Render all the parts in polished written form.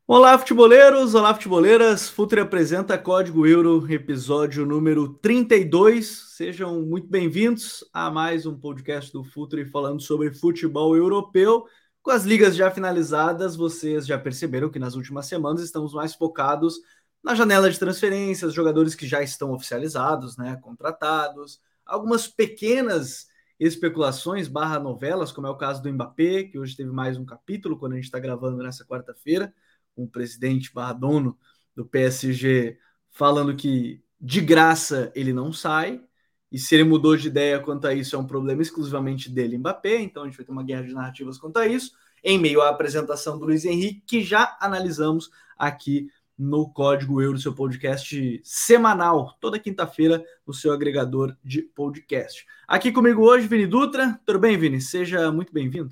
Olá, futeboleiros! Olá, futeboleiras! Futre apresenta Código Euro, episódio número 32. Sejam muito bem-vindos a mais um podcast do Futre falando sobre futebol europeu. Com as ligas já finalizadas, vocês já perceberam que nas últimas semanas estamos mais focados na janela de transferências, jogadores que já estão oficializados, né, contratados, algumas pequenas especulações barra novelas, como é o caso do Mbappé, que hoje teve mais um capítulo quando a gente está gravando nessa quarta-feira, com o presidente barra dono do PSG falando que de graça ele não sai, e se ele mudou de ideia quanto a isso é um problema exclusivamente dele, Mbappé, então a gente vai ter uma guerra de narrativas quanto a isso, em meio à apresentação do Luiz Henrique, que já analisamos aqui no Código Euro, seu podcast semanal, toda quinta-feira, no seu agregador de podcast. Aqui comigo hoje, Vini Dutra. Tudo bem, Vini? Seja muito bem-vindo.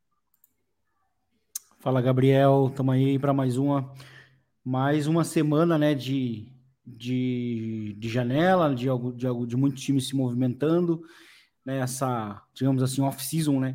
Fala, Gabriel, estamos aí para mais uma semana, né, de janela, de muitos times se movimentando, né, essa, digamos assim, off-season, né,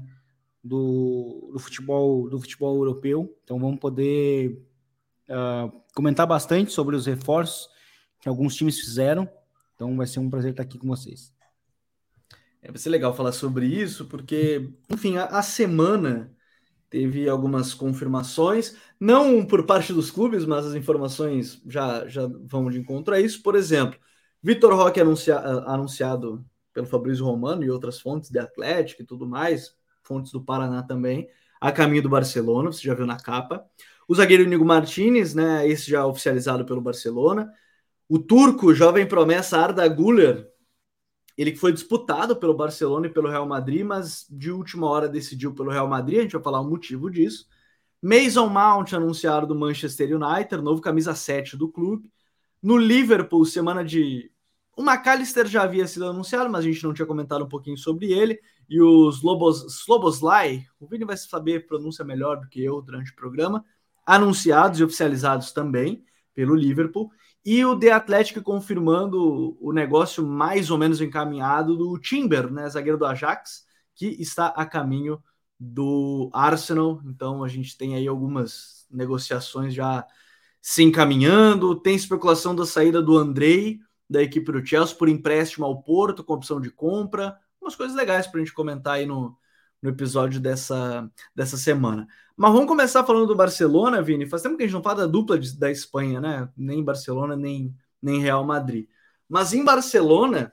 do futebol europeu. Então vamos poder comentar bastante sobre os reforços que alguns times fizeram. Então vai ser um prazer estar aqui com vocês. Vai ser legal falar sobre isso, porque, enfim, a semana teve algumas confirmações, não por parte dos clubes, mas as informações já vão de encontro a isso. Por exemplo, Vitor Roque anunciado pelo Fabrício Romano e outras fontes de Atlético e tudo mais, fontes do Paraná também, a caminho do Barcelona, você já viu na capa. O zagueiro Inigo Martínez, né, esse já oficializado pelo Barcelona. O turco, jovem promessa Arda Güler, ele que foi disputado pelo Barcelona e pelo Real Madrid, mas de última hora decidiu pelo Real Madrid, a gente vai falar o motivo disso. Mason Mount, anunciado do Manchester United, novo camisa 7 do clube. No Liverpool, semana de... O McAllister já havia sido anunciado, mas a gente não tinha comentado um pouquinho sobre ele. E os Sloboslai, o Vini vai saber pronúncia melhor do que eu durante o programa, anunciados e oficializados também pelo Liverpool. E o The Athletic confirmando o negócio mais ou menos encaminhado do Timber, né, zagueiro do Ajax, que está a caminho do Arsenal. Então a gente tem aí algumas negociações já se encaminhando. Tem especulação da saída do Andrei da equipe do Chelsea por empréstimo ao Porto com opção de compra. Umas coisas legais para a gente comentar aí no episódio dessa semana. Mas vamos começar falando do Barcelona, Vini. Faz tempo que a gente não fala da dupla da Espanha, né? Nem Barcelona, nem Real Madrid. Mas em Barcelona,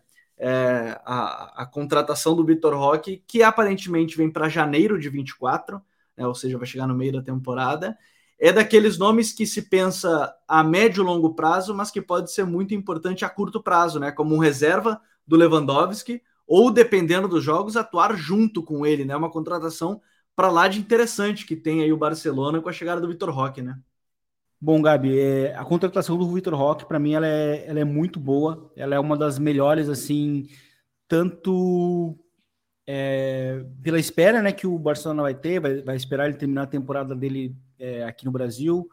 a contratação do Vitor Roque, que aparentemente vem para janeiro de 24, né? Ou seja, vai chegar no meio da temporada, é daqueles nomes que se pensa a médio e longo prazo, mas que pode ser muito importante a curto prazo, né? Como um reserva do Lewandowski, ou, dependendo dos jogos, atuar junto com ele, né? Uma contratação para lá de interessante que tem aí o Barcelona com a chegada do Vitor Roque, né? Bom, Gabi, a contratação do Vitor Roque, para mim, ela é muito boa. Ela é uma das melhores, assim, tanto pela espera, né, que o Barcelona vai ter, vai esperar ele terminar a temporada dele aqui no Brasil,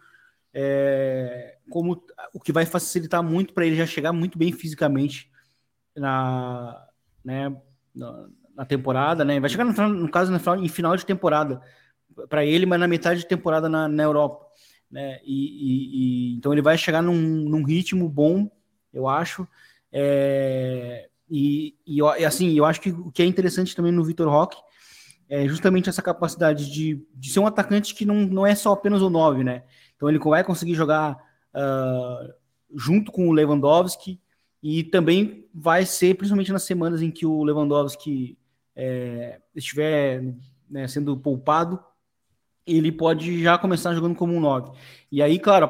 como o que vai facilitar muito para ele já chegar muito bem fisicamente na, né, na temporada, né? Vai chegar no caso em final de temporada para ele, mas na metade de temporada na Europa, né? Então ele vai chegar num ritmo bom, eu acho. Assim, eu acho que o que é interessante também no Vitor Roque é justamente essa capacidade de ser um atacante que não é só apenas o 9, né? Então ele vai conseguir jogar junto com o Lewandowski e também vai ser, principalmente nas semanas em que o Lewandowski estiver, né, sendo poupado, ele pode já começar jogando como um 9. E aí, claro,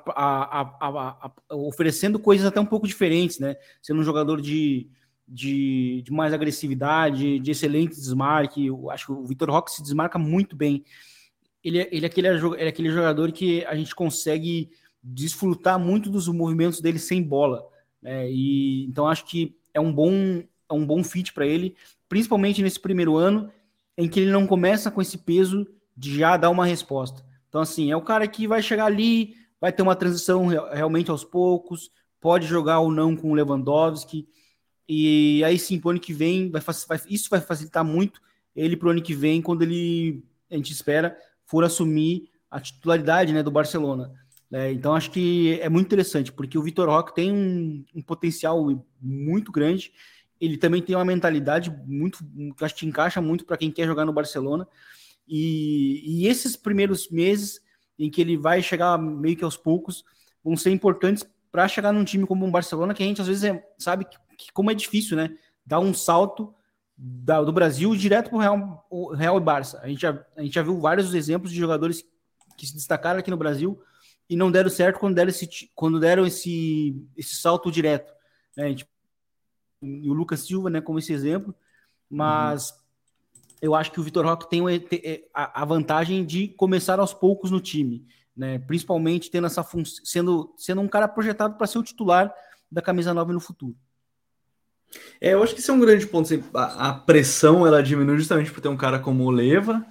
oferecendo coisas até um pouco diferentes, né? Sendo um jogador de mais agressividade, de excelente desmarque. Eu acho que o Vitor Roque se desmarca muito bem. Ele é aquele jogador que a gente consegue desfrutar muito dos movimentos dele sem bola, né? Então acho que é um bom fit para ele, principalmente nesse primeiro ano, em que ele não começa com esse peso de já dar uma resposta. Então, assim, é o cara que vai chegar ali, vai ter uma transição realmente aos poucos, pode jogar ou não com o Lewandowski, e aí sim, pro ano que vem, isso vai facilitar muito ele pro ano que vem, quando a gente espera, for assumir a titularidade, né, do Barcelona. Então, acho que é muito interessante, porque o Vitor Roque tem um potencial muito grande. Ele também tem uma mentalidade muito, que eu acho que encaixa muito para quem quer jogar no Barcelona. E esses primeiros meses em que ele vai chegar meio que aos poucos vão ser importantes para chegar num time como o Barcelona, que a gente às vezes sabe que como é difícil, né? Dar um salto do Brasil direto para o Real e Barça. A gente já viu vários exemplos de jogadores que se destacaram aqui no Brasil e não deram certo quando deram esse salto direto. Né? E o Lucas Silva, né, como esse exemplo, mas eu acho que o Vitor Roque tem a vantagem de começar aos poucos no time, né? Principalmente tendo essa sendo um cara projetado para ser o titular da camisa 9 no futuro. Eu acho que isso é um grande ponto. Assim, a pressão ela diminui justamente por ter um cara como o Leva.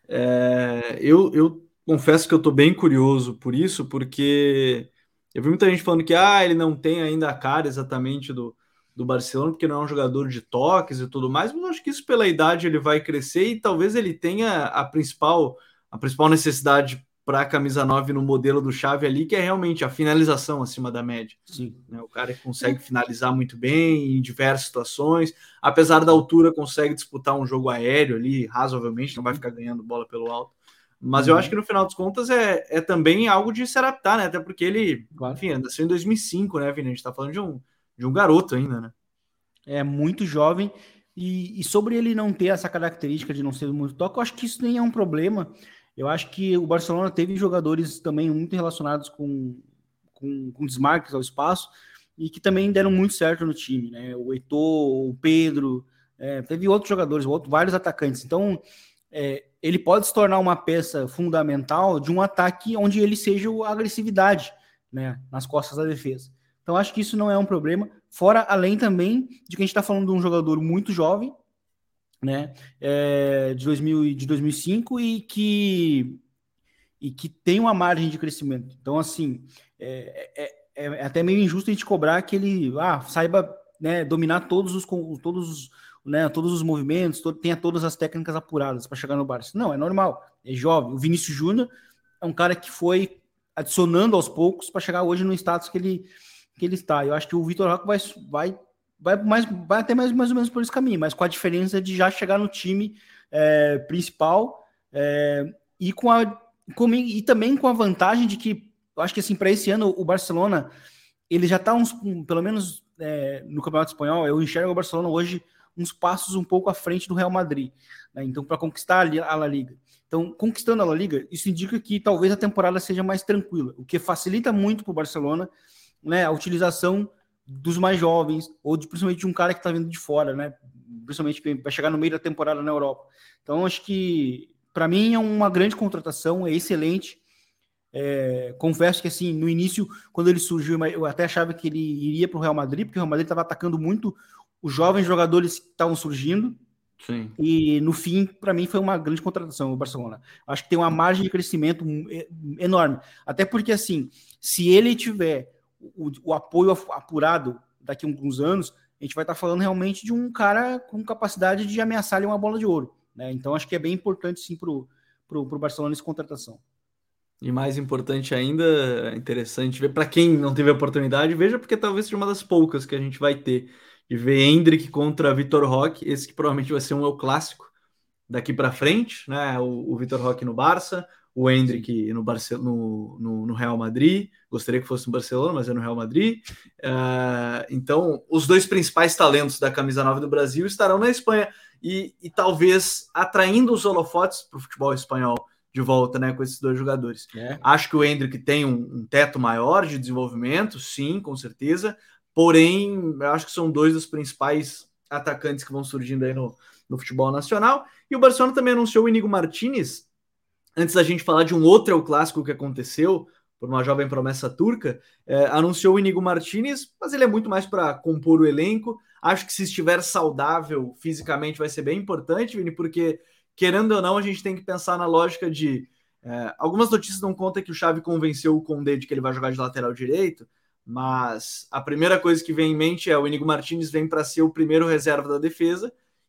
Eu confesso que eu estou bem curioso por isso, porque eu vi muita gente falando que ele não tem ainda a cara exatamente do Barcelona, porque não é um jogador de toques e tudo mais, mas eu acho que isso pela idade ele vai crescer e talvez ele tenha a principal necessidade para a camisa 9 no modelo do Xavi ali, que é realmente a finalização acima da média. Sim. Né? O cara que consegue finalizar muito bem em diversas situações, apesar da altura, consegue disputar um jogo aéreo ali razoavelmente, não vai ficar ganhando bola pelo alto. Mas eu acho que no final das contas é também algo de se adaptar, né? Até porque ele, enfim, nasceu em 2005, né, Vini? A gente tá falando de um garoto ainda, né? É muito jovem. E sobre ele não ter essa característica de não ser muito toque, eu acho que isso nem é um problema. Eu acho que o Barcelona teve jogadores também muito relacionados com desmarques ao espaço e que também deram muito certo no time, né? O Heitor, o Pedro, teve outros jogadores, vários atacantes. Então, ele pode se tornar uma peça fundamental de um ataque onde ele seja a agressividade, né, nas costas da defesa. Então, acho que isso não é um problema. Fora, além também de que a gente está falando de um jogador muito jovem, né, de 2005 e que tem uma margem de crescimento. Então, assim, é até meio injusto a gente cobrar que ele saiba, né, dominar todos os movimentos, tenha todas as técnicas apuradas para chegar no Barça. Não, é normal, é jovem. O Vinícius Júnior é um cara que foi adicionando aos poucos para chegar hoje no status que ele está. Eu acho que o Vitor Roque vai até mais ou menos por esse caminho, mas com a diferença de já chegar no time principal e e também com a vantagem de que eu acho que assim para esse ano o Barcelona ele já está pelo menos no Campeonato Espanhol, eu enxergo o Barcelona hoje uns passos um pouco à frente do Real Madrid, né? Então para conquistar a La Liga. Então, conquistando a La Liga, isso indica que talvez a temporada seja mais tranquila, o que facilita muito para o Barcelona, né, a utilização dos mais jovens, ou principalmente de um cara que está vindo de fora, né? Principalmente que vai chegar no meio da temporada na Europa. Então, acho que, para mim, é uma grande contratação, é excelente. Confesso que, assim, no início, quando ele surgiu, eu até achava que ele iria para o Real Madrid, porque o Real Madrid estava atacando muito os jovens jogadores que estavam surgindo. Sim. E, no fim, para mim, foi uma grande contratação o Barcelona. Acho que tem uma margem de crescimento enorme. Até porque, assim, se ele tiver o apoio apurado daqui a alguns anos, a gente vai estar falando realmente de um cara com capacidade de ameaçar uma bola de ouro, né? Então acho que é bem importante sim pro Barcelona essa contratação. E mais importante ainda, interessante ver para quem não teve a oportunidade, veja porque talvez seja uma das poucas que a gente vai ter de ver Endrick contra Vitor Roque, esse que provavelmente vai ser um El Clássico daqui para frente, né? O Vitor Roque no Barça, o Endrick no Real Madrid. Gostaria que fosse no Barcelona, mas é no Real Madrid. Então, os dois principais talentos da camisa 9 do Brasil estarão na Espanha e talvez atraindo os holofotes para o futebol espanhol de volta, né, com esses dois jogadores. Acho que o Endrick tem um teto maior de desenvolvimento, sim, com certeza. Porém, eu acho que são dois dos principais atacantes que vão surgindo aí no futebol nacional. E o Barcelona também anunciou o Inigo Martínez. Antes da gente falar de um outro El Clássico que aconteceu, por uma jovem promessa turca, anunciou o Inigo Martínez, mas ele é muito mais para compor o elenco. Acho que se estiver saudável fisicamente vai ser bem importante, Vini, porque, querendo ou não, a gente tem que pensar na lógica de... algumas notícias dão conta que o Xavi convenceu o Condé de que ele vai jogar de lateral direito, mas a primeira coisa que vem em mente é o Inigo Martínez vem para ser o primeiro reserva da defesa,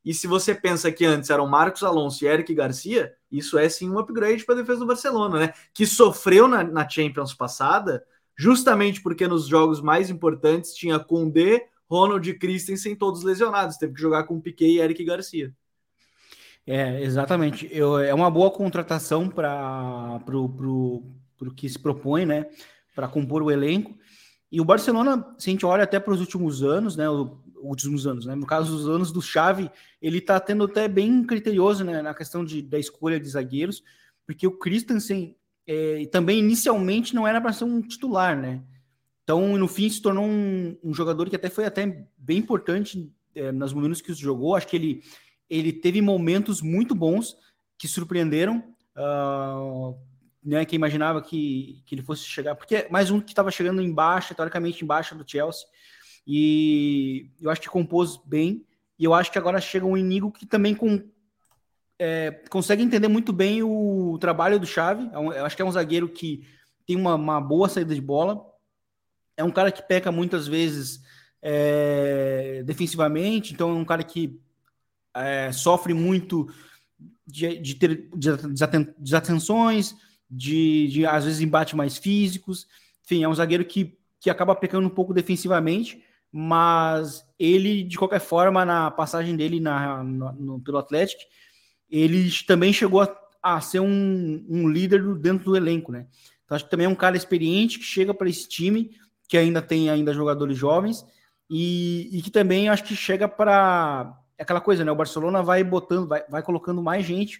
E se você pensa que antes eram Marcos Alonso e Eric Garcia, isso é sim um upgrade para a defesa do Barcelona, né? Que sofreu na Champions passada, justamente porque nos jogos mais importantes tinha Koundé, Ronald e Christensen todos lesionados. Teve que jogar com Piqué e Eric Garcia. Exatamente. É uma boa contratação para o que se propõe, né? Para compor o elenco. E o Barcelona, se a gente olha até para os últimos anos, né? Últimos anos, né? No caso, os anos do Xavi, ele está tendo até bem criterioso, né? Na questão da escolha de zagueiros, porque o Christensen também inicialmente não era para ser um titular, né? Então, no fim, se tornou um jogador que até foi até bem importante nos momentos que jogou. Acho que ele teve momentos muito bons que surpreenderam. Né, que imaginava que ele fosse chegar, porque mais um que estava chegando embaixo, teoricamente embaixo do Chelsea, e eu acho que compôs bem, e eu acho que agora chega um Iñigo que também consegue entender muito bem o trabalho do Xavi. Eu acho que é um zagueiro que tem uma boa saída de bola, é um cara que peca muitas vezes defensivamente, então é um cara que sofre muito de ter desatenções, de às vezes embates mais físicos. Enfim, é um zagueiro que acaba pecando um pouco defensivamente, mas ele, de qualquer forma, na passagem dele pelo Atlético, ele também chegou a ser um líder dentro do elenco, né? Então acho que também é um cara experiente que chega para esse time, que ainda tem jogadores jovens, e que também acho que chega para aquela coisa, né? O Barcelona vai botando, vai colocando mais gente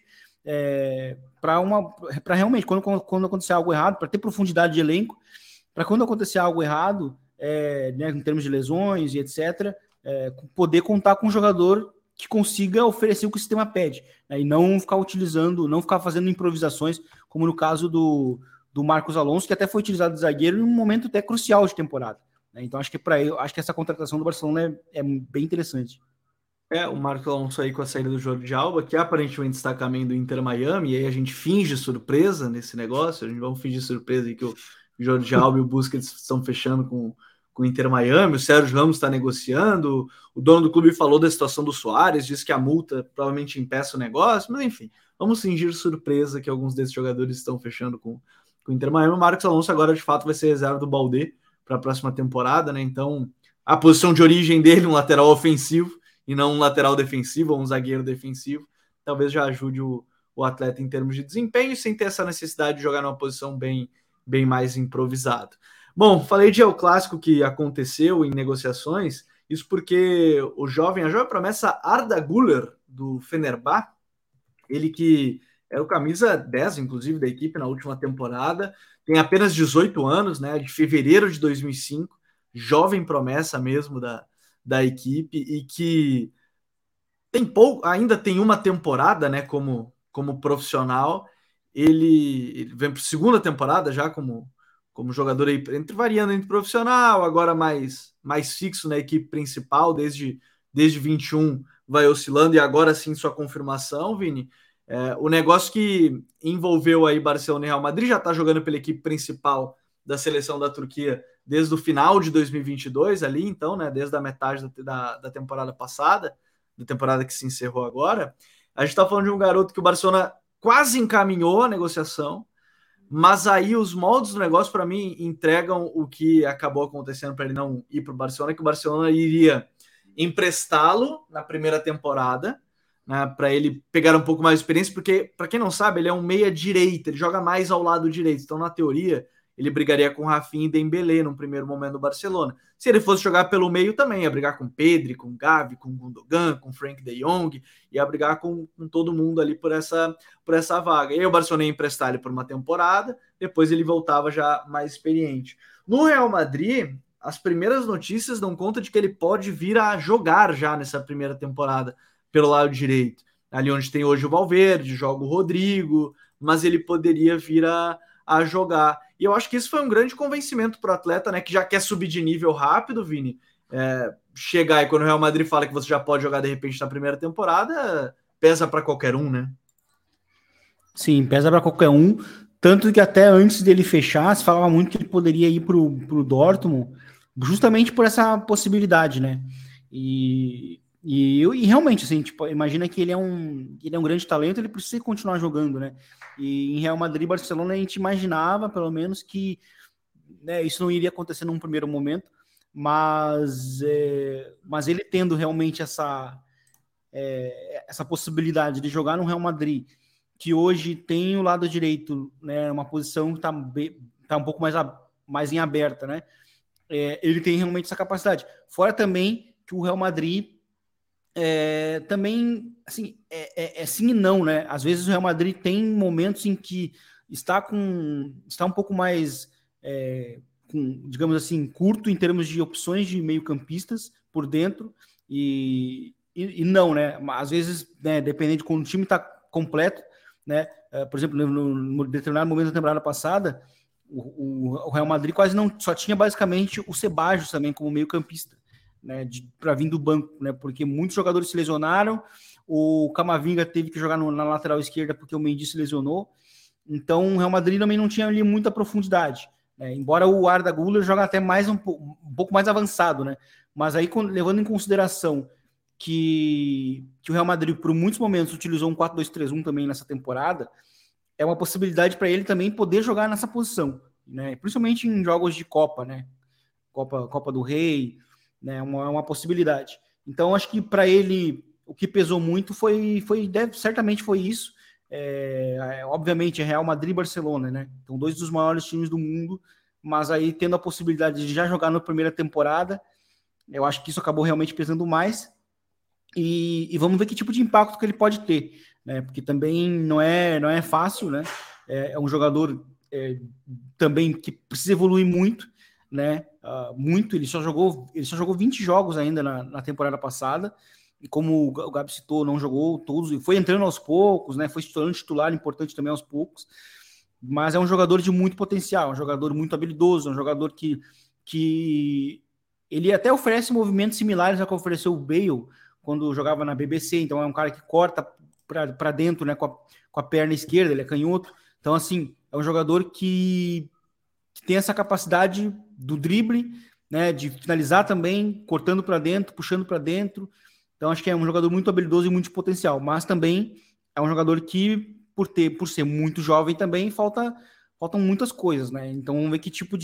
para realmente, quando acontecer algo errado, para ter profundidade de elenco, para quando acontecer algo errado, né, em termos de lesões e etc., poder contar com um jogador que consiga oferecer o que o sistema pede, né, e não ficar fazendo improvisações, como no caso do Marcos Alonso, que até foi utilizado de zagueiro em um momento até crucial de temporada, né? Então acho que essa contratação do Barcelona é bem interessante. O Marcos Alonso aí com a saída do Jordi Alba, que aparentemente está a caminho do Inter Miami, e aí a gente finge surpresa nesse negócio, a gente vai fingir surpresa aí que o Jordi Alba e o Busquets estão fechando com o Inter Miami, o Sérgio Ramos está negociando, o dono do clube falou da situação do Suárez, disse que a multa provavelmente impeça o negócio, mas enfim, vamos fingir surpresa que alguns desses jogadores estão fechando com o Inter Miami. O Marcos Alonso agora de fato vai ser reserva do Baldé para a próxima temporada, né? Então a posição de origem dele, um lateral ofensivo, e não um lateral defensivo ou um zagueiro defensivo, talvez já ajude o atleta em termos de desempenho, sem ter essa necessidade de jogar numa posição bem mais improvisada. Bom, falei de El Clássico que aconteceu em negociações, isso porque a jovem promessa Arda Güler, do Fenerbahçe, ele que era o camisa 10, inclusive, da equipe na última temporada, tem apenas 18 anos, né, de fevereiro de 2005, jovem promessa mesmo da equipe, e que ainda tem uma temporada, né, como profissional. Ele vem para a segunda temporada já como jogador aí, variando entre profissional, agora mais fixo na equipe principal, desde 21 vai oscilando, e agora sim sua confirmação, Vini. O negócio que envolveu aí Barcelona e Real Madrid, já está jogando pela equipe principal da seleção da Turquia desde o final de 2022 ali, então, né, desde a metade da temporada passada, da temporada que se encerrou agora. A gente está falando de um garoto que o Barcelona quase encaminhou a negociação, mas aí os moldes do negócio, para mim, entregam o que acabou acontecendo para ele não ir para o Barcelona, que o Barcelona iria emprestá-lo na primeira temporada, né, para ele pegar um pouco mais de experiência, porque, para quem não sabe, ele é um meia-direita, ele joga mais ao lado direito, então, na teoria, ele brigaria com Rafinha e Dembélé no primeiro momento do Barcelona. Se ele fosse jogar pelo meio também, ia brigar com Pedri, com Gavi, com Gundogan, com Frank de Jong, ia brigar com todo mundo ali por essa vaga. E aí o Barcelona ia emprestar ele por uma temporada, depois ele voltava já mais experiente. No Real Madrid, as primeiras notícias dão conta de que ele pode vir a jogar já nessa primeira temporada pelo lado direito. Ali onde tem hoje o Valverde, joga o Rodrigo, mas ele poderia vir a jogar. E eu acho que isso foi um grande convencimento para o atleta, né, que já quer subir de nível rápido, Vini. Chegar e quando o Real Madrid fala que você já pode jogar de repente na primeira temporada, pesa para qualquer um, né? Sim, pesa para qualquer um. Tanto que até antes dele fechar, se falava muito que ele poderia ir pro Dortmund, justamente por essa possibilidade, né? E E realmente, assim, tipo, imagina que ele é um grande talento, ele precisa continuar jogando, né? E em Real Madrid e Barcelona a gente imaginava, pelo menos, que, né, isso não iria acontecer num primeiro momento, mas ele tendo realmente essa possibilidade de jogar no Real Madrid, que hoje tem o lado direito, né, uma posição que tá um pouco mais em aberta, né? Ele tem realmente essa capacidade. Fora também que o Real Madrid também, assim, sim e não, né? Às vezes o Real Madrid tem momentos em que está um pouco mais, digamos assim, curto em termos de opções de meio-campistas por dentro e não, né? Às vezes, né, dependendo de quando o time está completo, né? Por exemplo, no determinado momento da temporada passada, o Real Madrid quase não só tinha basicamente o Ceballos também como meio-campista, né, para vir do banco, né, porque muitos jogadores se lesionaram, o Camavinga teve que jogar na lateral esquerda porque o Mendy se lesionou, então o Real Madrid também não tinha ali muita profundidade, né, embora o Arda Güler jogue até mais um pouco mais avançado, né, mas aí levando em consideração que o Real Madrid por muitos momentos utilizou um 4-2-3-1 também nessa temporada, é uma possibilidade para ele também poder jogar nessa posição, né, principalmente em jogos de Copa, né, Copa do Rei, né? Uma possibilidade. Então, acho que para ele o que pesou muito certamente foi isso. Obviamente, é Real Madrid e Barcelona, né? Então, dois dos maiores times do mundo, mas aí tendo a possibilidade de já jogar na primeira temporada, eu acho que isso acabou realmente pesando mais. E vamos ver que tipo de impacto que ele pode ter, né? Porque também não é fácil, né? É um jogador também que precisa evoluir muito, né? Muito. Ele só jogou 20 jogos ainda na temporada passada. E como o Gabi citou, não jogou todos, e foi entrando aos poucos, né? Foi se tornando titular importante também aos poucos. Mas é um jogador de muito potencial, um jogador muito habilidoso, um jogador que ele até oferece movimentos similares ao que ofereceu o Bale quando jogava na BBC. Então é um cara que corta para dentro, né, com a perna esquerda, ele é canhoto. Então, assim, é um jogador que tem essa capacidade do drible, né, de finalizar também, cortando para dentro, puxando para dentro. Então, acho que é um jogador muito habilidoso e muito potencial, mas também é um jogador que, por ser muito jovem também, faltam muitas coisas, né? Então, vamos ver que tipo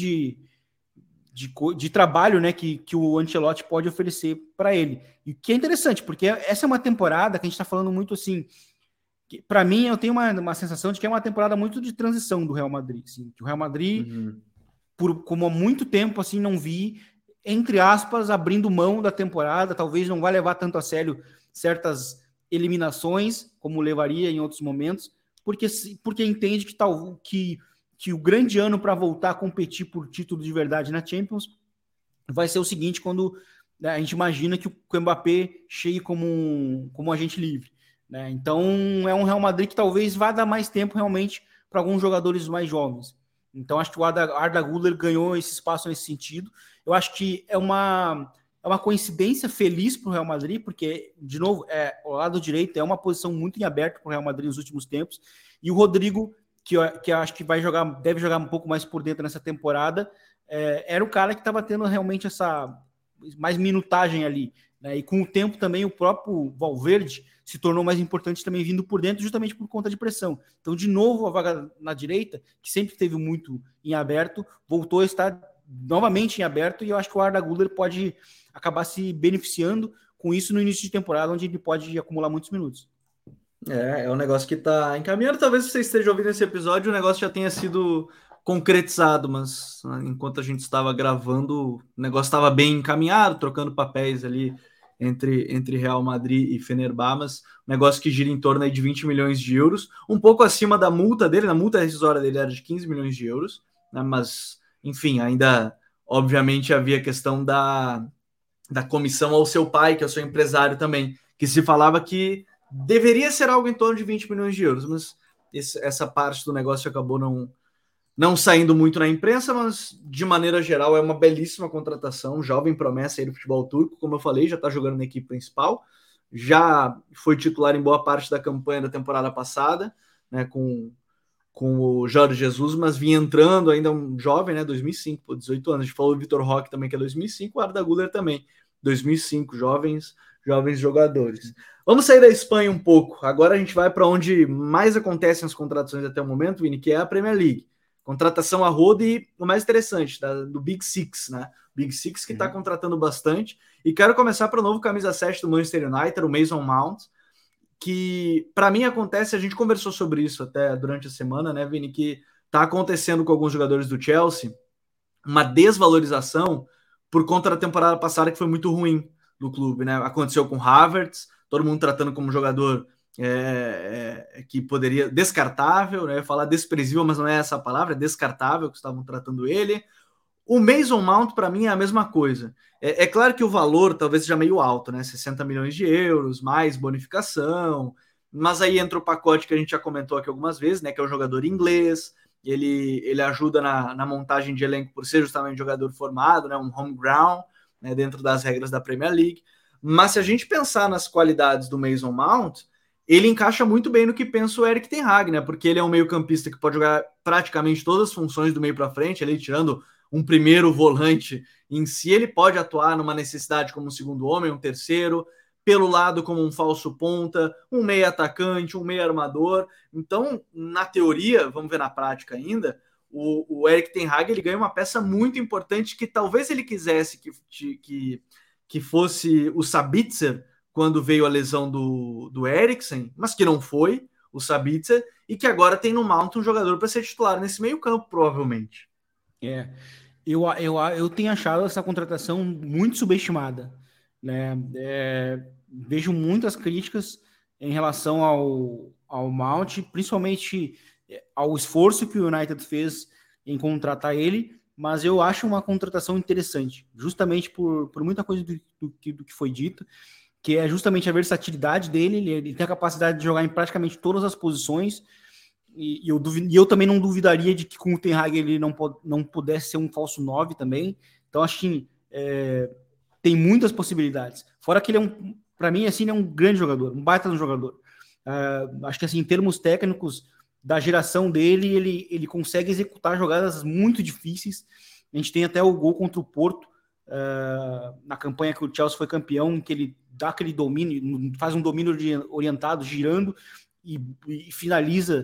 de trabalho, né, que o Ancelotti pode oferecer para ele. E que é interessante, porque essa é uma temporada que a gente está falando muito assim. Para mim, eu tenho uma sensação de que é uma temporada muito de transição do Real Madrid. Assim, que o Real Madrid, como há muito tempo, assim, não vi, entre aspas, abrindo mão da temporada. Talvez não vá levar tanto a sério certas eliminações, como levaria em outros momentos, porque entende que o grande ano para voltar a competir por título de verdade na Champions vai ser o seguinte, quando, né, a gente imagina que o Mbappé chegue como um agente livre, né? Então é um Real Madrid que talvez vá dar mais tempo realmente para alguns jogadores mais jovens. Então acho que o Arda Güler ganhou esse espaço nesse sentido. Eu acho que é uma coincidência feliz para o Real Madrid, porque, de novo, o lado direito é uma posição muito em aberto para o Real Madrid nos últimos tempos, e o Rodrigo, que eu acho que deve jogar um pouco mais por dentro nessa temporada, era o cara que estava tendo realmente essa mais minutagem ali, né? E com o tempo também o próprio Valverde se tornou mais importante também vindo por dentro, justamente por conta de pressão. Então, de novo, a vaga na direita, que sempre teve muito em aberto, voltou a estar novamente em aberto, e eu acho que o Arda Güler pode acabar se beneficiando com isso no início de temporada, onde ele pode acumular muitos minutos. É um negócio que está encaminhando. Talvez você esteja ouvindo esse episódio, o negócio já tenha sido concretizado, mas enquanto a gente estava gravando, o negócio estava bem encaminhado, trocando papéis ali entre Real Madrid e Fenerbahçe, mas um negócio que gira em torno aí de 20 milhões de euros, um pouco acima da multa dele, na multa rescisória dele era de 15 milhões de euros, né, mas, enfim, ainda, obviamente, havia a questão da comissão ao seu pai, que é o seu empresário também, que se falava que deveria ser algo em torno de 20 milhões de euros, mas essa parte do negócio acabou não saindo muito na imprensa, mas de maneira geral é uma belíssima contratação, jovem promessa aí do futebol turco, como eu falei, já está jogando na equipe principal, já foi titular em boa parte da campanha da temporada passada, né, com o Jorge Jesus, mas vinha entrando ainda um jovem, né, 2005, 18 anos, a gente falou do Vitor Roque também, que é 2005, o Arda Güler também, 2005, jovens jovens jogadores. Vamos sair da Espanha um pouco. Agora a gente vai para onde mais acontecem as contratações até o momento, Vini, que é a Premier League. Contratação a rodo e o mais interessante, do Big Six, né? Big Six que está contratando bastante. E quero começar para o novo camisa 7 do Manchester United, o Mason Mount, que para mim acontece, a gente conversou sobre isso até durante a semana, né, Vini, que está acontecendo com alguns jogadores do Chelsea, uma desvalorização por conta da temporada passada que foi muito ruim do clube, né? Aconteceu com Havertz, todo mundo tratando como jogador que poderia, descartável, né? Falar desprezível, mas não é essa a palavra, é descartável que estavam tratando ele. O Mason Mount, para mim, é a mesma coisa. É claro que o valor talvez seja meio alto, né? 60 milhões de euros, mais bonificação, mas aí entra o pacote que a gente já comentou aqui algumas vezes, né? Que é o jogador inglês, ele ajuda na montagem de elenco por ser justamente jogador formado, né? Um home ground, né? Dentro das regras da Premier League. Mas se a gente pensar nas qualidades do Mason Mount, ele encaixa muito bem no que pensa o Erik ten Hag, né? Porque ele é um meio-campista que pode jogar praticamente todas as funções do meio para frente, ali tirando um primeiro volante em si, ele pode atuar numa necessidade como um segundo homem, um terceiro, pelo lado como um falso ponta, um meio atacante, um meio armador. Então, na teoria, vamos ver na prática ainda, o Erik ten Hag ele ganha uma peça muito importante que talvez ele quisesse que fosse o Sabitzer quando veio a lesão do Eriksen, mas que não foi o Sabitzer, e que agora tem no Mount um jogador para ser titular nesse meio campo, provavelmente. Eu tenho achado essa contratação muito subestimada, né? Vejo muitas críticas em relação ao Mount, principalmente ao esforço que o United fez em contratar ele, mas eu acho uma contratação interessante, justamente por muita coisa do que foi dito, que é justamente a versatilidade dele, ele tem a capacidade de jogar em praticamente todas as posições, e eu também não duvidaria de que com o Ten Hag ele não pudesse ser um falso 9 também. Então acho que tem muitas possibilidades. Fora que ele para mim, assim, ele é um grande jogador, um baita jogador. Acho que assim, em termos técnicos da geração dele, ele consegue executar jogadas muito difíceis. A gente tem até o gol contra o Porto, na campanha que o Chelsea foi campeão, que ele dá aquele domínio, faz um domínio orientado, girando e finaliza.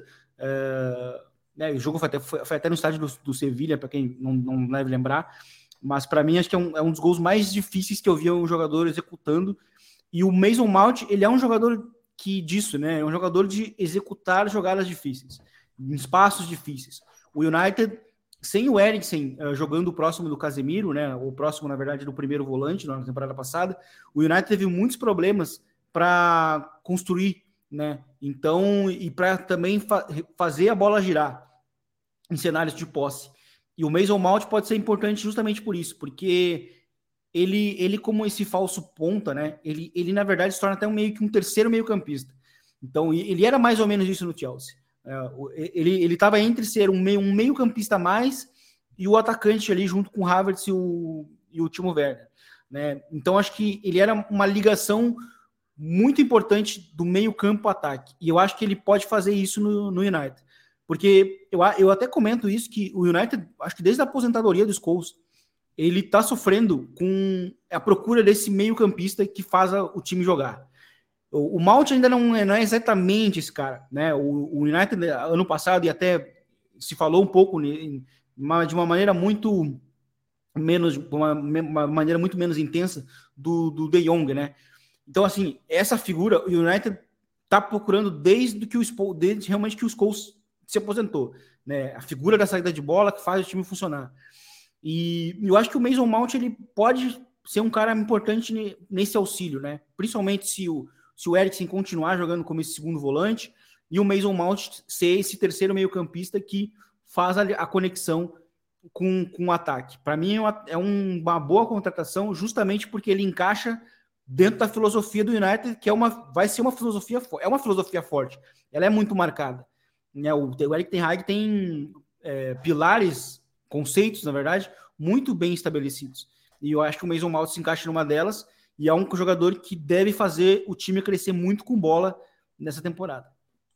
Né, o jogo foi até no estádio do Sevilha, para quem não deve lembrar, mas para mim acho que é um dos gols mais difíceis que eu vi um jogador executando. E o Mason Mount, ele é um jogador disso, né? É um jogador de executar jogadas difíceis, em espaços difíceis. O United, sem o Eriksen jogando próximo do Casemiro, né? Ou próximo, na verdade, do primeiro volante na temporada passada, o United teve muitos problemas para construir, né? Então, e para também fazer a bola girar em cenários de posse. E o Mason Mount pode ser importante justamente por isso, porque ele como esse falso ponta, né? Ele na verdade se torna até meio que um terceiro meio-campista. Então, ele era mais ou menos isso no Chelsea. Ele estava entre ser um meio-campista a mais e o atacante ali junto com o Havertz e o Timo Werner, né? Então, acho que ele era uma ligação muito importante do meio campo ataque, e eu acho que ele pode fazer isso no United, porque eu até comento isso, que o United, acho que desde a aposentadoria dos Scholes, ele tá sofrendo com a procura desse meio campista que faz o time jogar. O Mount ainda não é exatamente esse cara, né? O United ano passado, e até se falou um pouco de uma maneira muito menos, uma maneira muito menos intensa do De Jong, né? Então, assim, essa figura, o United tá procurando desde realmente que o Scholes se aposentou, né? A figura da saída de bola que faz o time funcionar. E eu acho que o Mason Mount ele pode ser um cara importante nesse auxílio, né? Principalmente se o Eriksen continuar jogando como esse segundo volante e o Mason Mount ser esse terceiro meio-campista que faz a conexão com o ataque. Para mim é uma boa contratação, justamente porque ele encaixa dentro da filosofia do United, que vai ser uma filosofia forte. Ela é muito marcada, né? O Erik ten Hag tem pilares, conceitos, na verdade, muito bem estabelecidos. E eu acho que o Mason Mount se encaixa numa delas e é um jogador que deve fazer o time crescer muito com bola nessa temporada.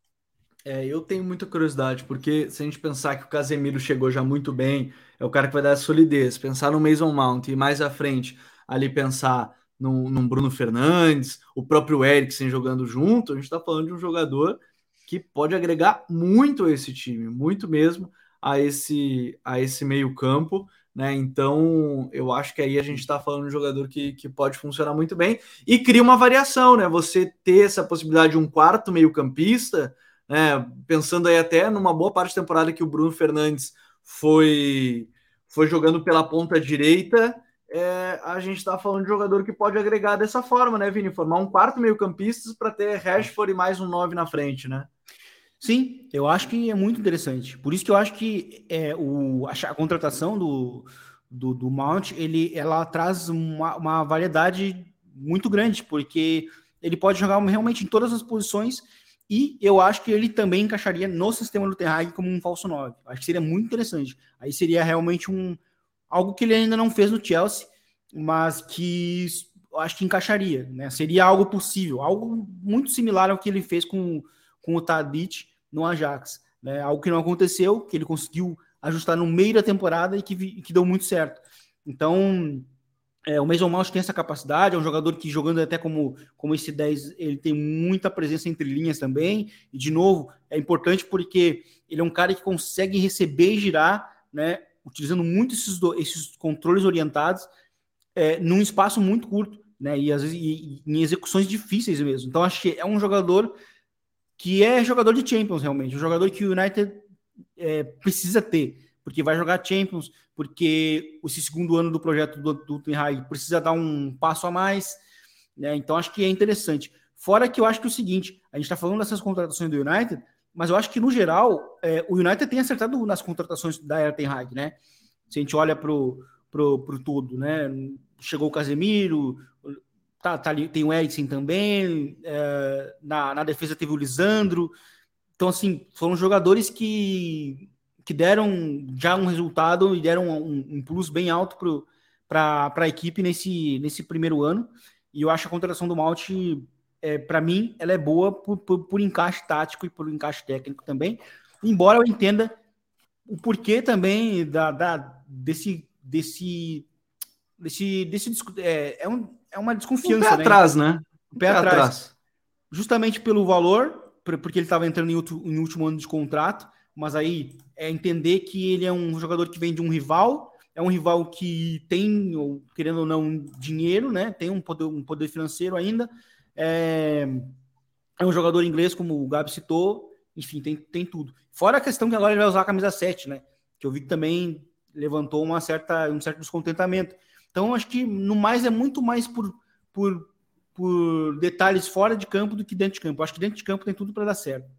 Eu tenho muita curiosidade, porque se a gente pensar que o Casemiro chegou já muito bem, é o cara que vai dar solidez, pensar no Mason Mount e mais à frente ali pensar num Bruno Fernandes, o próprio Eriksen jogando junto, a gente está falando de um jogador que pode agregar muito a esse time, muito mesmo a esse meio-campo, né? Então, eu acho que aí a gente está falando de um jogador que pode funcionar muito bem e cria uma variação, né? Você ter essa possibilidade de um quarto meio-campista, né? Pensando aí até numa boa parte da temporada que o Bruno Fernandes foi jogando pela ponta direita, a gente está falando de jogador que pode agregar dessa forma, né, Vini? Formar um quarto meio-campista para ter Rashford e mais um 9 na frente, né? Sim, eu acho que é muito interessante. Por isso que eu acho que a contratação do Mount, ela traz uma variedade muito grande, porque ele pode jogar realmente em todas as posições e eu acho que ele também encaixaria no sistema do Ten Hag como um falso 9. Acho que seria muito interessante. Aí seria realmente algo que ele ainda não fez no Chelsea, mas que eu acho que encaixaria, né? Seria algo possível, algo muito similar ao que ele fez com o Tadic no Ajax, né? Algo que não aconteceu, que ele conseguiu ajustar no meio da temporada e que deu muito certo. Então, o Mason Mount tem essa capacidade, é um jogador que jogando até como esse 10, ele tem muita presença entre linhas também, e de novo, é importante porque ele é um cara que consegue receber e girar, né, utilizando muito esses controles orientados, num espaço muito curto, né, e às vezes em execuções difíceis mesmo. Então, acho que é um jogador que é jogador de Champions, realmente. Um jogador que o United precisa ter, porque vai jogar Champions, porque esse segundo ano do projeto do Ten Hag precisa dar um passo a mais, né? Então, acho que é interessante. Fora que eu acho que é o seguinte, a gente está falando dessas contratações do United, mas eu acho que, no geral, o United tem acertado nas contratações da era Ten Hag, né? Se a gente olha pro todo, né? Chegou o Casemiro, tá ali, tem o Eriksen também, na defesa teve o Lisandro. Então, assim, foram jogadores que deram já um resultado e deram um plus bem alto para a equipe nesse primeiro ano. E eu acho a contratação do Malt, para mim, ela é boa por encaixe tático e por encaixe técnico também. Embora eu entenda o porquê também desse é uma desconfiança, um pé né? atrás, né? Um pé atrás. Justamente pelo valor, porque ele estava entrando em último ano de contrato, mas aí é entender que ele é um jogador que vem de um rival, é um rival que tem, ou, querendo ou não, dinheiro, né? Tem um poder financeiro ainda. É um jogador inglês, como o Gabi citou, enfim, tem tudo. Fora a questão que agora ele vai usar a camisa 7, né? Que eu vi que também levantou um certo descontentamento. Então, acho que no mais é muito mais por detalhes fora de campo do que dentro de campo. Eu acho que dentro de campo tem tudo para dar certo.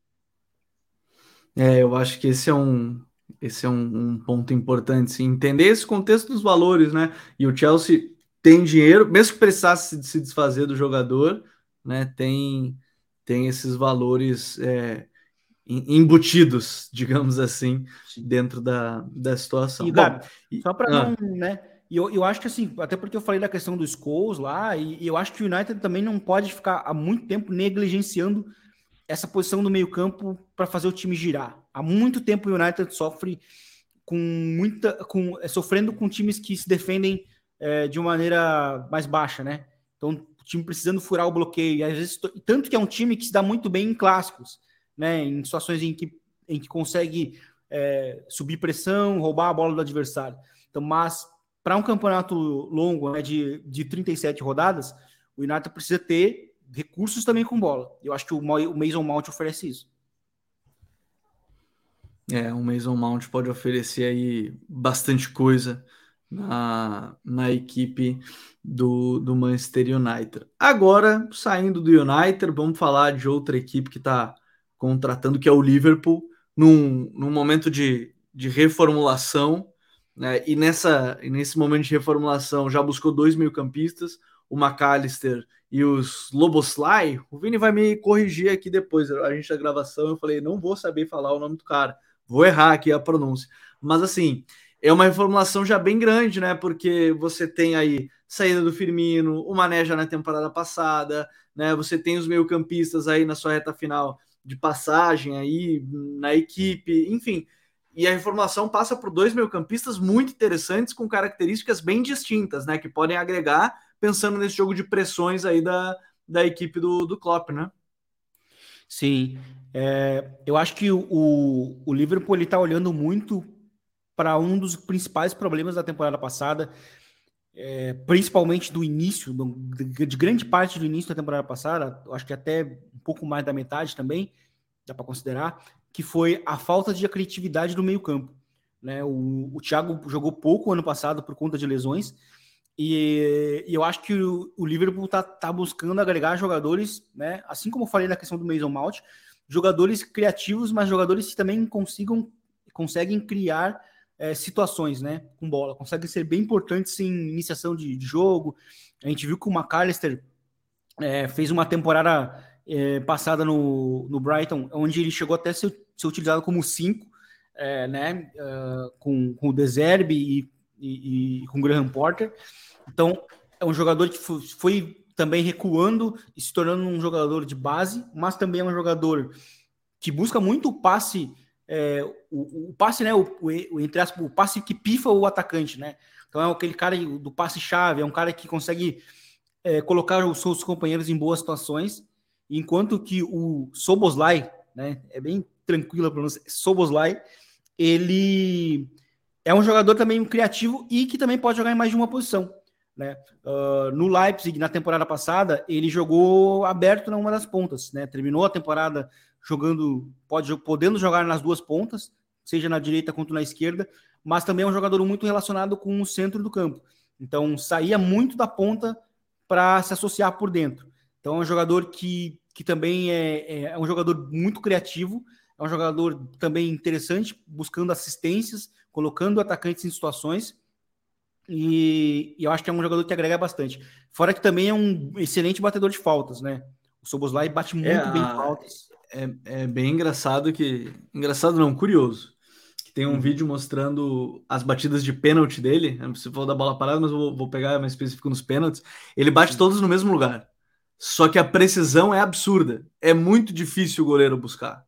Eu acho que esse é um ponto importante, sim. Entender esse contexto dos valores, né? E o Chelsea tem dinheiro, mesmo que precisasse se desfazer do jogador, né? Tem esses valores embutidos, digamos assim, Sim. dentro da situação. E, Bom, Gabi, só para não, né? E eu acho que assim, até porque eu falei da questão dos Scholes lá, e eu acho que o United também não pode ficar há muito tempo negligenciando essa posição do meio-campo para fazer o time girar. Há muito tempo o United sofre sofrendo com times que se defendem de uma maneira mais baixa, né? Então, o time precisando furar o bloqueio. E às vezes, tanto que é um time que se dá muito bem em clássicos, né? Em situações em que consegue subir pressão, roubar a bola do adversário. Então, mas para um campeonato longo, né, de 37 rodadas, o United precisa ter recursos também com bola. Eu acho que o Mason Mount oferece isso. O Mason Mount pode oferecer aí bastante coisa na equipe do Manchester United. Agora, saindo do United, vamos falar de outra equipe que está contratando, que é o Liverpool, num momento de reformulação, né? E nesse momento de reformulação já buscou 2 meio-campistas, o McAllister e os Szoboszlai. O Vini vai me corrigir aqui depois, a gente da gravação, eu falei, não vou saber falar o nome do cara, vou errar aqui a pronúncia. Mas assim, é uma reformulação já bem grande, né? Porque você tem aí saída do Firmino, o Mané já na temporada passada, né? Você tem os meio-campistas aí na sua reta final de passagem aí na equipe, enfim. E a reformulação passa por 2 meio-campistas muito interessantes com características bem distintas, né? Que podem agregar pensando nesse jogo de pressões aí da equipe do Klopp, né? Sim, eu acho que o Liverpool ele está olhando muito para um dos principais problemas da temporada passada, principalmente do início, de grande parte do início da temporada passada, acho que até um pouco mais da metade também, dá para considerar, que foi a falta de criatividade do meio-campo. Né? O Thiago jogou pouco ano passado por conta de lesões, e eu acho que o Liverpool tá buscando agregar jogadores, né? Assim como eu falei na questão do Mason Mount, jogadores criativos, mas jogadores que também conseguem criar situações, né, com bola, conseguem ser bem importantes em iniciação de jogo. A gente viu que o McAllister fez uma temporada passada no Brighton, onde ele chegou até a ser utilizado como 5, né, com o De Zerbi e com o Graham Potter. Então, é um jogador que foi também recuando e se tornando um jogador de base, mas também é um jogador que busca muito o passe, o passe, né, entre aspas, o passe que pifa o atacante, né? Então é aquele cara do passe-chave, é um cara que consegue colocar os seus companheiros em boas situações, enquanto que o Szoboszlai, né, é bem tranquila a pronúncia, Szoboszlai, ele é um jogador também criativo e que também pode jogar em mais de uma posição. Né? No Leipzig, na temporada passada, ele jogou aberto numa das pontas. Né? Terminou a temporada podendo jogar nas duas pontas, seja na direita quanto na esquerda, mas também é um jogador muito relacionado com o centro do campo. Então, saía muito da ponta para se associar por dentro. Então, é um jogador que também é um jogador muito criativo, é um jogador também interessante, buscando assistências, colocando atacantes em situações, e eu acho que é um jogador que agrega bastante. Fora que também é um excelente batedor de faltas, né? O Szoboszlai bate muito bem faltas. É bem engraçado que... Engraçado não, curioso. Que tem um vídeo mostrando as batidas de pênalti dele. Eu não sei se vou dar bola parada, mas vou pegar mais específico nos pênaltis. Ele bate todos no mesmo lugar. Só que a precisão é absurda. É muito difícil o goleiro buscar.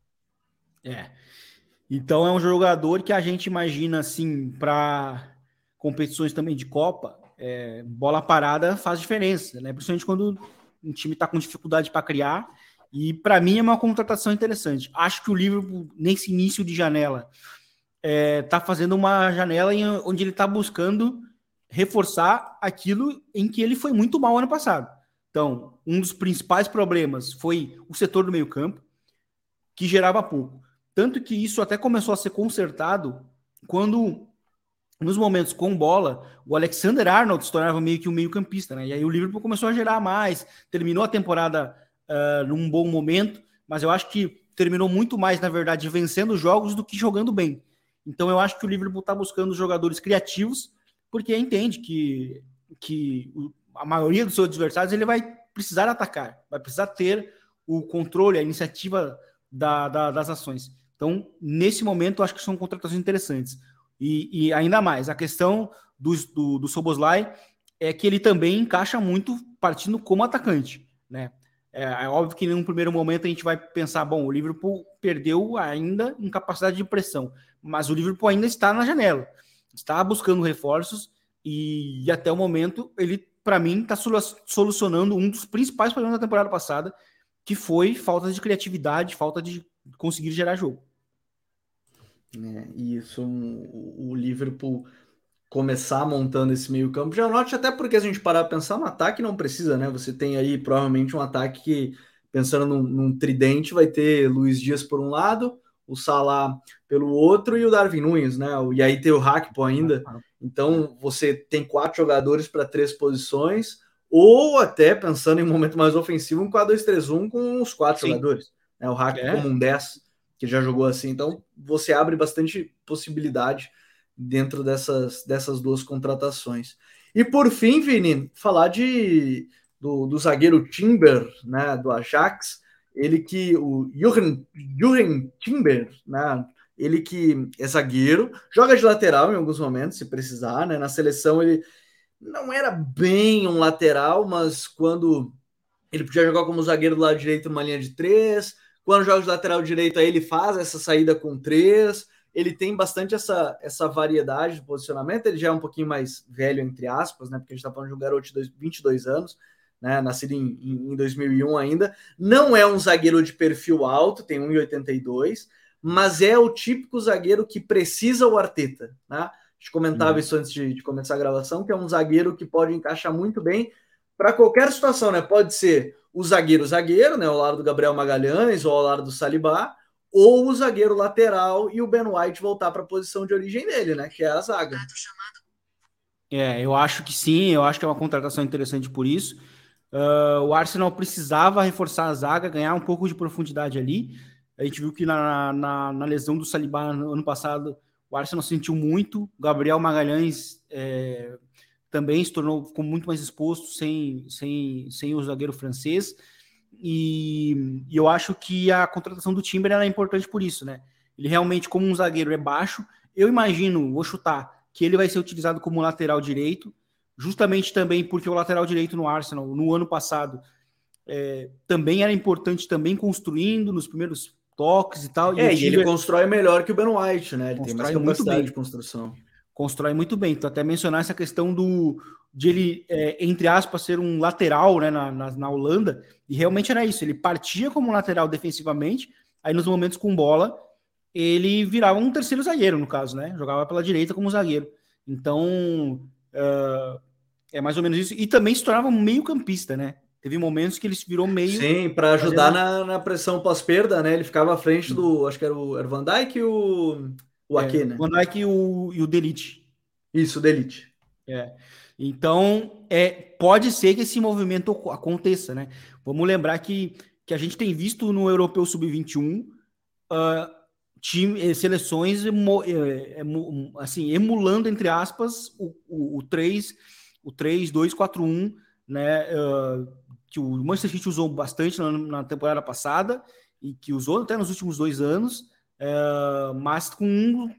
Então é um jogador que a gente imagina assim para competições também de Copa, bola parada faz diferença, né? Principalmente quando um time está com dificuldade para criar. E para mim é uma contratação interessante. Acho que o Liverpool nesse início de janela está fazendo uma janela onde ele está buscando reforçar aquilo em que ele foi muito mal ano passado. Então, um dos principais problemas foi o setor do meio-campo, que gerava pouco. Tanto que isso até começou a ser consertado quando, nos momentos com bola, o Alexander-Arnold se tornava meio que um meio-campista, né? E aí o Liverpool começou a gerar mais, terminou a temporada num bom momento, mas eu acho que terminou muito mais, na verdade, vencendo jogos do que jogando bem. Então eu acho que o Liverpool está buscando jogadores criativos, porque entende que a maioria dos seus adversários ele vai precisar atacar, vai precisar ter o controle, a iniciativa das ações. Então, nesse momento, eu acho que são contratações interessantes. E ainda mais, a questão do Szoboszlai é que ele também encaixa muito partindo como atacante, né? É óbvio que num primeiro momento a gente vai pensar, bom, o Liverpool perdeu ainda em capacidade de pressão, mas o Liverpool ainda está na janela, está buscando reforços e até o momento ele, para mim, está solucionando um dos principais problemas da temporada passada, que foi falta de criatividade, falta de conseguir gerar jogo. E isso, o Liverpool começar montando esse meio campo, já note até porque a gente parar para pensar, no ataque não precisa, né? Você tem aí provavelmente um ataque que, pensando num tridente, vai ter Luiz Dias por um lado, o Salah pelo outro e o Darwin Núñez, né? E aí tem o Hakpo ainda. Então você tem 4 jogadores para 3 posições, ou até, pensando em um momento mais ofensivo, um 4-2-3-1 com os 4 jogadores. Né? O Hakpo como um 10, que já jogou assim. Então você abre bastante possibilidade dentro dessas duas contratações. E por fim, Vini, falar do zagueiro Timber, né, do Ajax, ele que o Jurgen Timber, né, ele que é zagueiro, joga de lateral em alguns momentos, se precisar, né, na seleção ele não era bem um lateral, mas quando ele podia jogar como zagueiro do lado direito numa linha de 3, quando joga de lateral direito aí ele faz essa saída com 3, ele tem bastante essa variedade de posicionamento. Ele já é um pouquinho mais velho, entre aspas, né? Porque a gente está falando de um garoto de 22 anos, né? Nascido em 2001 ainda. Não é um zagueiro de perfil alto, tem 1,82, mas é o típico zagueiro que precisa o Arteta, né? A gente comentava isso antes de começar a gravação, que é um zagueiro que pode encaixar muito bem para qualquer situação, né? Pode ser o zagueiro, né? Ao lado do Gabriel Magalhães ou ao lado do Saliba, ou o zagueiro lateral e o Ben White voltar para a posição de origem dele, né? Que é a zaga. Eu acho que sim, eu acho que é uma contratação interessante por isso. O Arsenal precisava reforçar a zaga, ganhar um pouco de profundidade ali. A gente viu que na lesão do Saliba no ano passado, o Arsenal sentiu muito. O Gabriel Magalhães também ficou muito mais exposto sem o zagueiro francês. E eu acho que a contratação do Timber é importante por isso, né? Ele realmente, como um zagueiro, é baixo. Eu imagino, vou chutar, que ele vai ser utilizado como lateral direito, justamente também porque o lateral direito no Arsenal, no ano passado, também era importante, também construindo nos primeiros toques e tal. E ele constrói melhor que o Ben White, né? Ele tem mais capacidade de construção. Constrói muito bem. Então, até mencionar essa questão de ele, entre aspas, ser um lateral, né, na Holanda, e realmente era isso. Ele partia como lateral defensivamente, aí nos momentos com bola, ele virava um terceiro zagueiro, no caso, né? Jogava pela direita como zagueiro. Então, é mais ou menos isso. E também se tornava um meio-campista, né? Teve momentos que ele virou meio... Sim, para ajudar na pressão pós-perda, né? Ele ficava à frente do... Acho que era o Van Dijk e o Ake, né? O Van Dijk e o De Ligt. Isso, o De Ligt. Então, pode ser que esse movimento aconteça, né? Vamos lembrar que a gente tem visto no Europeu Sub-21 seleções assim, emulando, entre aspas, o 3-2-4-1, né? Que o Manchester City usou bastante na temporada passada e que usou até nos últimos 2 anos, mas com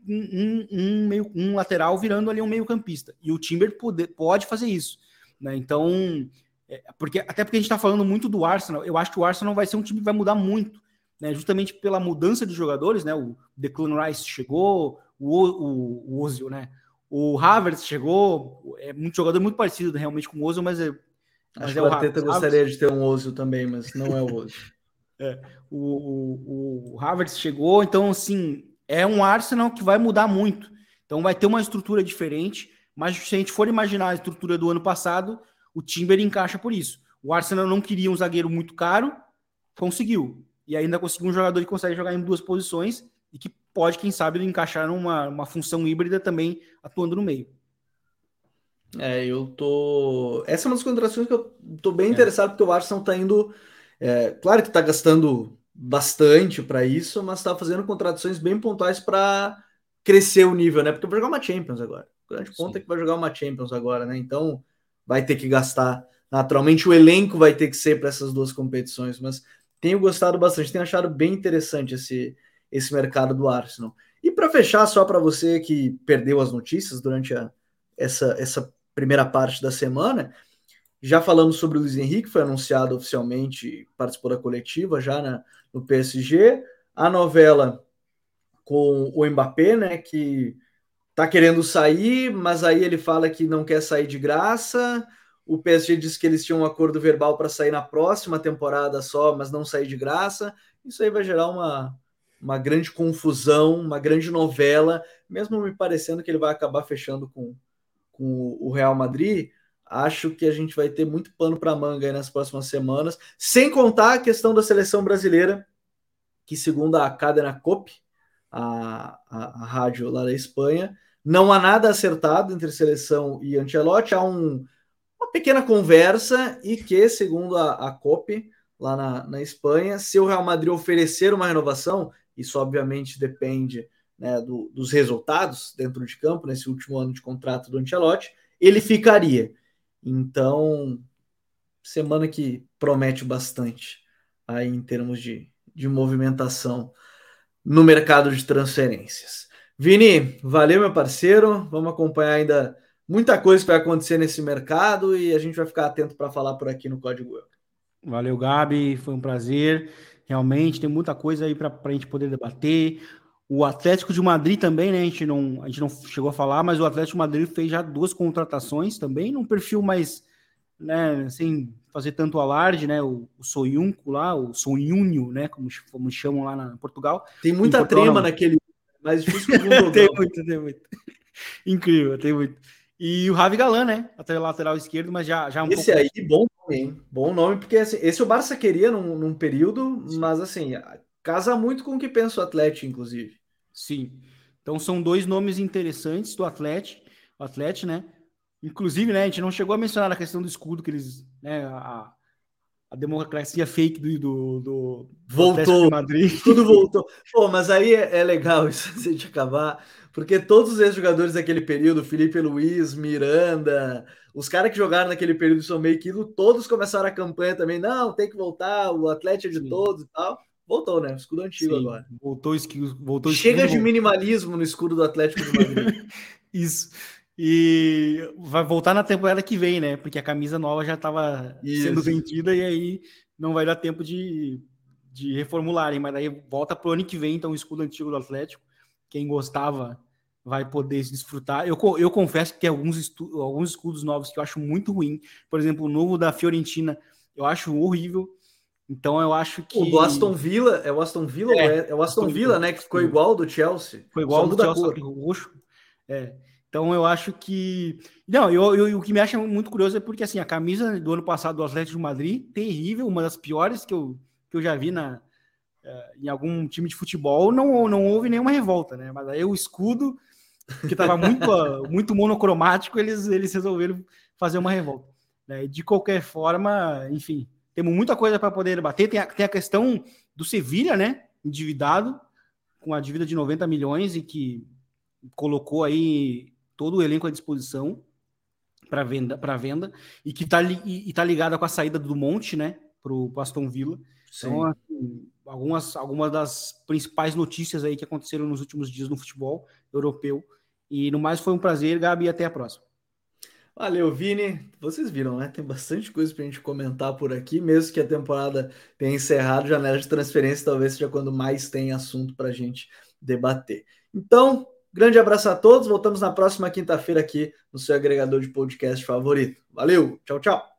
um lateral virando ali um meio-campista. E o Timber pode fazer isso, né? Então, até porque a gente está falando muito do Arsenal, eu acho que o Arsenal vai ser um time que vai mudar muito, né? Justamente pela mudança de jogadores, né? O Declan Rice chegou, o Ozil, né? O Havertz chegou, muito jogador muito parecido realmente com o Ozil, mas acho que o Arteta gostaria de ter um Ozil também, mas não é o Ozil. O Havertz chegou, então assim, é um Arsenal que vai mudar muito. Então vai ter uma estrutura diferente, mas se a gente for imaginar a estrutura do ano passado, o Timber encaixa por isso. O Arsenal não queria um zagueiro muito caro, conseguiu. E ainda conseguiu um jogador que consegue jogar em 2 posições e que pode, quem sabe, encaixar numa função híbrida também atuando no meio. Essa é uma das contratações que eu tô bem interessado, porque o Arsenal tá indo... claro que tá gastando bastante para isso, mas tá fazendo contratações bem pontuais para crescer o nível, né? Porque vai jogar uma Champions agora. O grande ponto é que vai jogar uma Champions agora, né? Então vai ter que gastar. Naturalmente o elenco vai ter que ser para essas 2 competições, mas tenho gostado bastante, tenho achado bem interessante esse mercado do Arsenal. E para fechar, só para você que perdeu as notícias durante essa primeira parte da semana, já falamos sobre o Luiz Henrique, foi anunciado oficialmente, participou da coletiva já no PSG. A novela com o Mbappé, né, que tá querendo sair, mas aí ele fala que não quer sair de graça. O PSG disse que eles tinham um acordo verbal para sair na próxima temporada só, mas não sair de graça. Isso aí vai gerar uma grande confusão, uma grande novela, mesmo me parecendo que ele vai acabar fechando com o Real Madrid. Acho que a gente vai ter muito pano para manga aí nas próximas semanas, sem contar a questão da seleção brasileira, que segundo a Cadena COPE, a rádio lá da Espanha, não há nada acertado entre seleção e Ancelotti, há uma pequena conversa e que, segundo a COPE, lá na Espanha, se o Real Madrid oferecer uma renovação, isso obviamente depende, né, dos resultados dentro de campo, nesse último ano de contrato do Ancelotti, ele ficaria. Então, semana que promete bastante aí em termos de movimentação no mercado de transferências. Vini, valeu, meu parceiro. Vamos acompanhar ainda muita coisa que vai acontecer nesse mercado e a gente vai ficar atento para falar por aqui no Código Euro. Valeu, Gabi. Foi um prazer. Realmente tem muita coisa aí para a gente poder debater. O Atlético de Madrid também, né? A gente não chegou a falar, mas o Atlético de Madrid fez já 2 contratações também, num perfil mais, né, sem fazer tanto alarde, né? O Soyuncu lá, o Soyuncu, né? Como chamam lá na Portugal. Tem Em muita Portugal trema não. naquele. Mais difícil que o Tem Gundogan. muito, tem muito. Incrível, tem muito. E o Ravi Galan, né? Até lateral esquerdo, mas já um Esse pouco aí, mais. bom nome, hein? Bom nome, porque assim, esse o Barça queria num período, mas assim, casa muito com o que pensa o Atlético, inclusive. Sim. Então são 2 nomes interessantes do Atlético, né? Inclusive, né, a gente não chegou a mencionar a questão do escudo que eles, né, a democracia fake do Atlético de Voltou, Madrid. tudo voltou. Pô, mas aí é legal isso se a gente acabar, porque todos os ex-jogadores daquele período, Felipe Luiz, Miranda, os caras que jogaram naquele período são meio que todos começaram a campanha também. Não, tem que voltar, o Atlético é de Sim, todos e tal. Voltou, né? Escudo antigo sim. agora. Voltou o Chega escudo, de voltou. minimalismo no escudo do Atlético de Madrid. Isso. E vai voltar na temporada que vem, né? Porque a camisa nova já estava sendo Isso. vendida e aí não vai dar tempo de reformularem. Mas aí volta pro ano que vem, então o escudo antigo do Atlético. Quem gostava vai poder se desfrutar. Eu confesso que tem alguns escudos novos que eu acho muito ruim. Por exemplo, o novo da Fiorentina, eu acho horrível. Então eu acho O do que Aston Villa, é o Aston Villa ou é o Aston Aston Villa, Villa, né? Que ficou Aston Villa. igual ao do Chelsea, Foi igual só ao do muda a Chelsea, só cor. que roxo. É. Então eu acho que. Não, o que me acha muito curioso é porque assim, a camisa do ano passado do Atlético de Madrid, terrível, uma das piores que eu já vi em algum time de futebol, não houve nenhuma revolta, né? Mas aí o escudo, que estava muito, muito monocromático, eles resolveram fazer uma revolta. Né? De qualquer forma, enfim, temos muita coisa para poder debater. Tem a questão do Sevilha, né? Endividado, com a dívida de 90 milhões e que colocou aí todo o elenco à disposição para venda e que está ligada com a saída do Monte, né, para o Aston Villa. Então, Sim. assim, algumas das principais notícias aí que aconteceram nos últimos dias no futebol europeu. E no mais foi um prazer, Gabi, e até a próxima. Valeu, Vini. Vocês viram, né? Tem bastante coisa pra gente comentar por aqui, mesmo que a temporada tenha encerrado, janela de transferência talvez seja quando mais tem assunto pra gente debater. Então, grande abraço a todos. Voltamos na próxima quinta-feira aqui no seu agregador de podcast favorito. Valeu, tchau, tchau.